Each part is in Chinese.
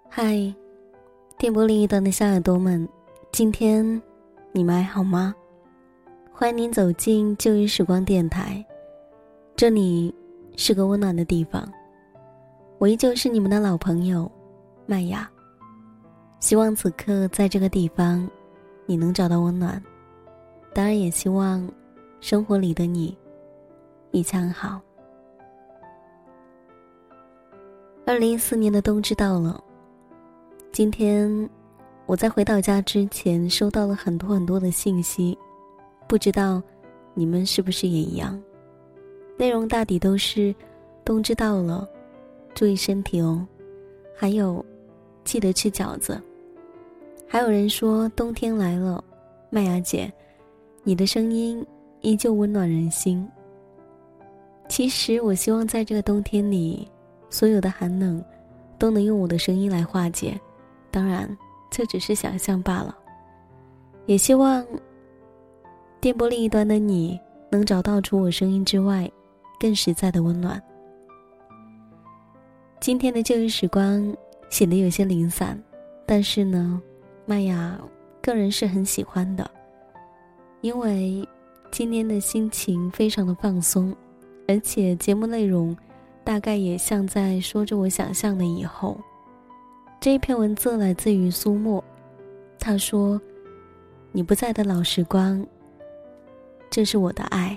嗨，电波另一端的小耳朵们，今天你们还好吗？欢迎您走进旧日时光电台，这里是个温暖的地方。我依旧是你们的老朋友麦雅，希望此刻在这个地方你能找到温暖，当然也希望生活里的你一切安好。2014年的冬至到了，今天我在回到家之前收到了很多的信息，不知道你们是不是也一样。内容大抵都是冬至到了，注意身体哦，还有记得吃饺子。还有人说冬天来了，麦雅姐，你的声音依旧温暖人心。其实我希望在这个冬天里，所有的寒冷都能用我的声音来化解，当然这只是想象罢了。也希望电波另一端的你能找到除我声音之外更实在的温暖。今天的旧日时光显得有些零散，但是呢，麦雅个人是很喜欢的，因为今天的心情非常的放松，而且节目内容大概也像在说着我想象的以后。这一篇文字来自于苏沫，他说：你不在的老时光，这是我的爱。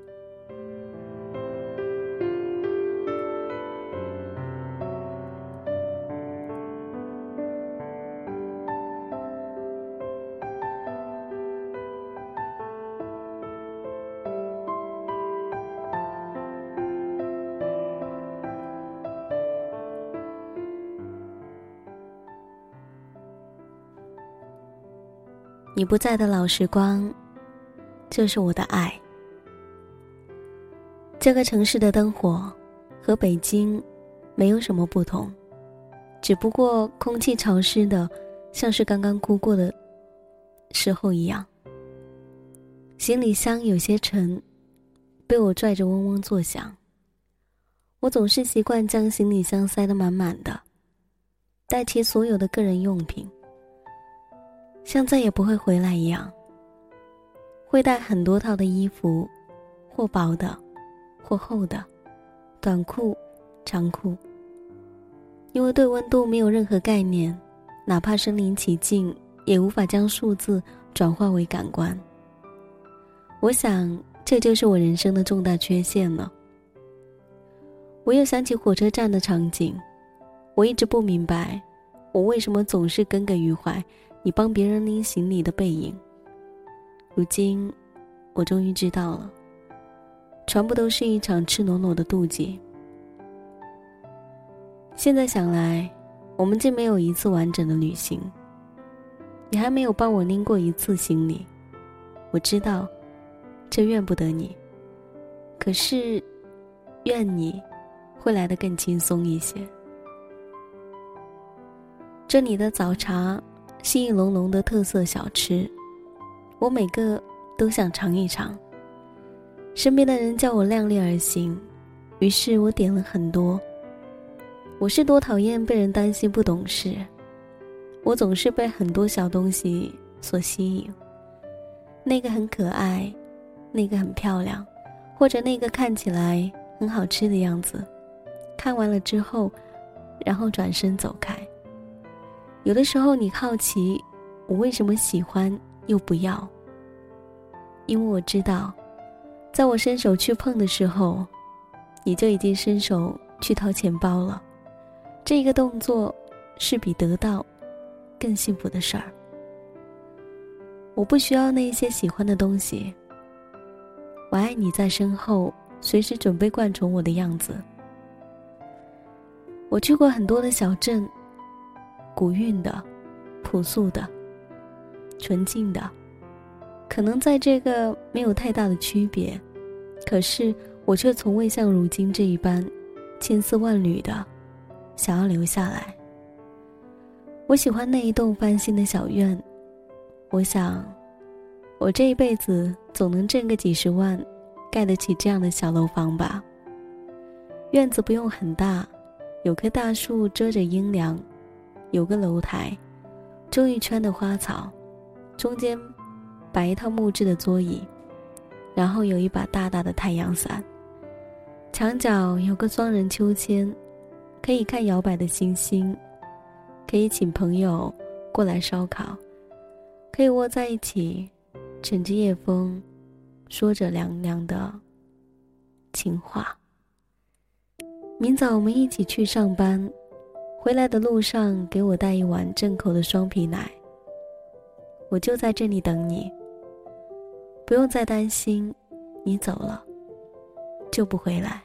你不在的老时光，就是我的爱。这个城市的灯火和北京没有什么不同，只不过空气潮湿的像是刚刚哭过的时候一样。行李箱有些沉，被我拽着嗡嗡作响。我总是习惯将行李箱塞得满满的，带齐所有的个人用品，像再也不会回来一样。会带很多套的衣服，或薄的或厚的，短裤长裤。因为对温度没有任何概念，哪怕身临其境也无法将数字转化为感官。我想这就是我人生的重大缺陷了。我又想起火车站的场景，我一直不明白我为什么总是耿耿于怀你帮别人拎行李的背影。如今我终于知道了，全部都是一场赤裸裸的妒忌。现在想来，我们竟没有一次完整的旅行，你还没有帮我拎过一次行李。我知道这怨不得你，可是怨你会来得更轻松一些。这里的早茶是一笼笼的特色小吃，我每个都想尝一尝。身边的人叫我量力而行，于是我点了很多。我是多讨厌被人担心不懂事，我总是被很多小东西所吸引。那个很可爱，那个很漂亮，或者那个看起来很好吃的样子，看完了之后，然后转身走开。有的时候你好奇我为什么喜欢又不要，因为我知道在我伸手去碰的时候，你就已经伸手去掏钱包了。这个动作是比得到更幸福的事儿。我不需要那些喜欢的东西，我爱你在身后随时准备灌宠我的样子。我去过很多的小镇，古韵的，朴素的，纯净的，可能在这个没有太大的区别，可是我却从未像如今这一般千丝万缕的想要留下来。我喜欢那一栋翻新的小院，我想我这一辈子总能挣个几十万，盖得起这样的小楼房吧。院子不用很大，有棵大树遮着阴凉， 有个楼台，周一圈的花草，中间摆一套木质的桌椅，然后有一把大大的太阳伞，墙角有个双人秋千，可以看摇摆的星星，可以请朋友过来烧烤，可以窝在一起乘着夜风，说着凉凉的情话。明早我们一起去上班，回来的路上给我带一碗正口的双皮奶。我就在这里等你，不用再担心你走了就不回来。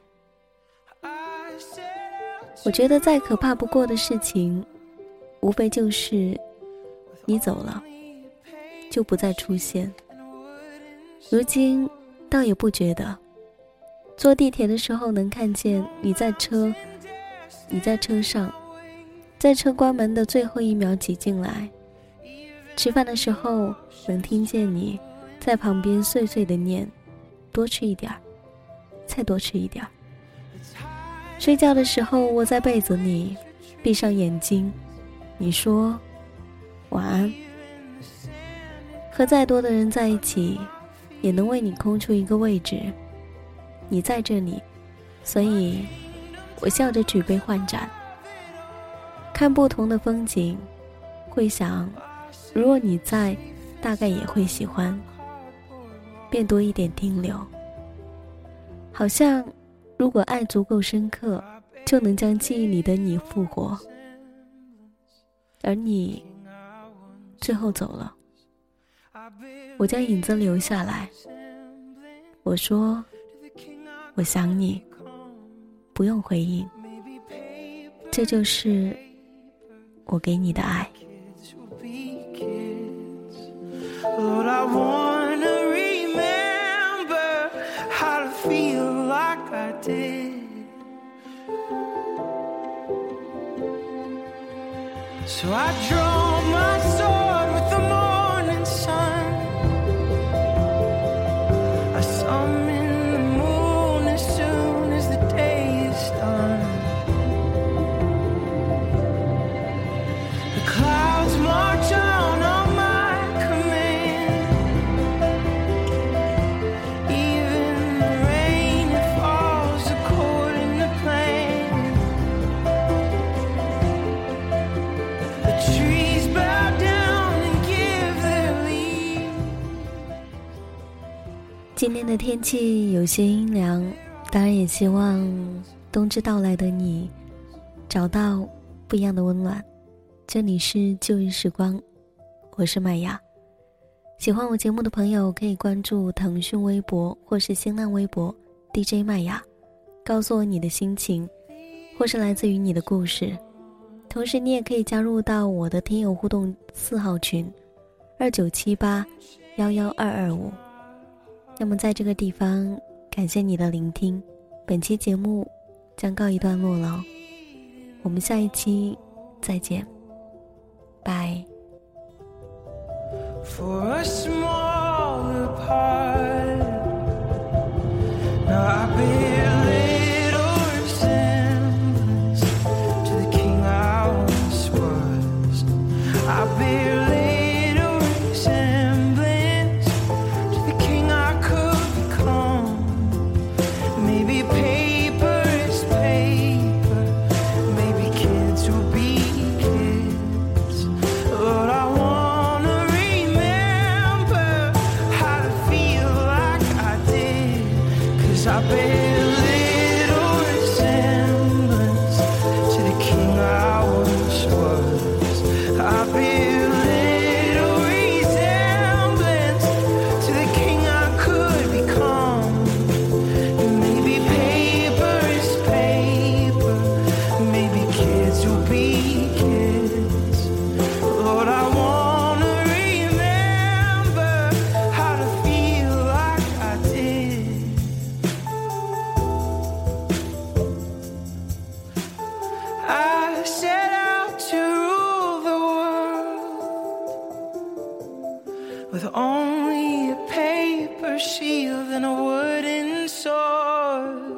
我觉得再可怕不过的事情，无非就是你走了就不再出现。如今倒也不觉得，坐地铁的时候能看见你在车上，在车关门的最后一秒挤进来，吃饭的时候能听见你在旁边碎碎的念，多吃一点儿，再多吃一点儿。睡觉的时候窝在被子里，闭上眼睛，你说晚安。和再多的人在一起，也能为你空出一个位置，你在这里，所以我笑着举杯换盏，看不同的风景，会想如果你在，大概也会喜欢，便多一点停留。好像如果爱足够深刻，就能将记忆里的你复活。而你最后走了，我将影子留下来，我说我想你，不用回应，这就是我给你的爱。 Lord, I wanna remember how to feel like I did. So I draw my sword with the morning sun. I summon the moon as soon as the day is done. The clouds march on my command. Even the rain, it falls according to plan. The trees bow down and give their leaves. 今天的天气有些阴凉，当然也希望冬至到来的你找到不一样的温暖。这里是旧日时光，我是麦雅。喜欢我节目的朋友可以关注腾讯微博或是新浪微博 DJ 麦雅，告诉我你的心情或是来自于你的故事。同时你也可以加入到我的听友互动4号群2978-11225。那么在这个地方感谢你的聆听，本期节目将告一段落了，我们下一期再见，拜。 For a smaller part. Now I bear little resemblance to the king I once was. I bear little resemblance to the king I could become. Maybe paper is paper, maybe kids will be kids. Lord, I wanna remember how to feel like I did, 'cause I bear little resemblance to the king I once was. I bear little resemblance to the king I could become. Maybe paper is paper, maybe kids will be kids. Lord, I wanna remember how to feel like I did. I set out to rule the world with only a paper shield and a wooden sword.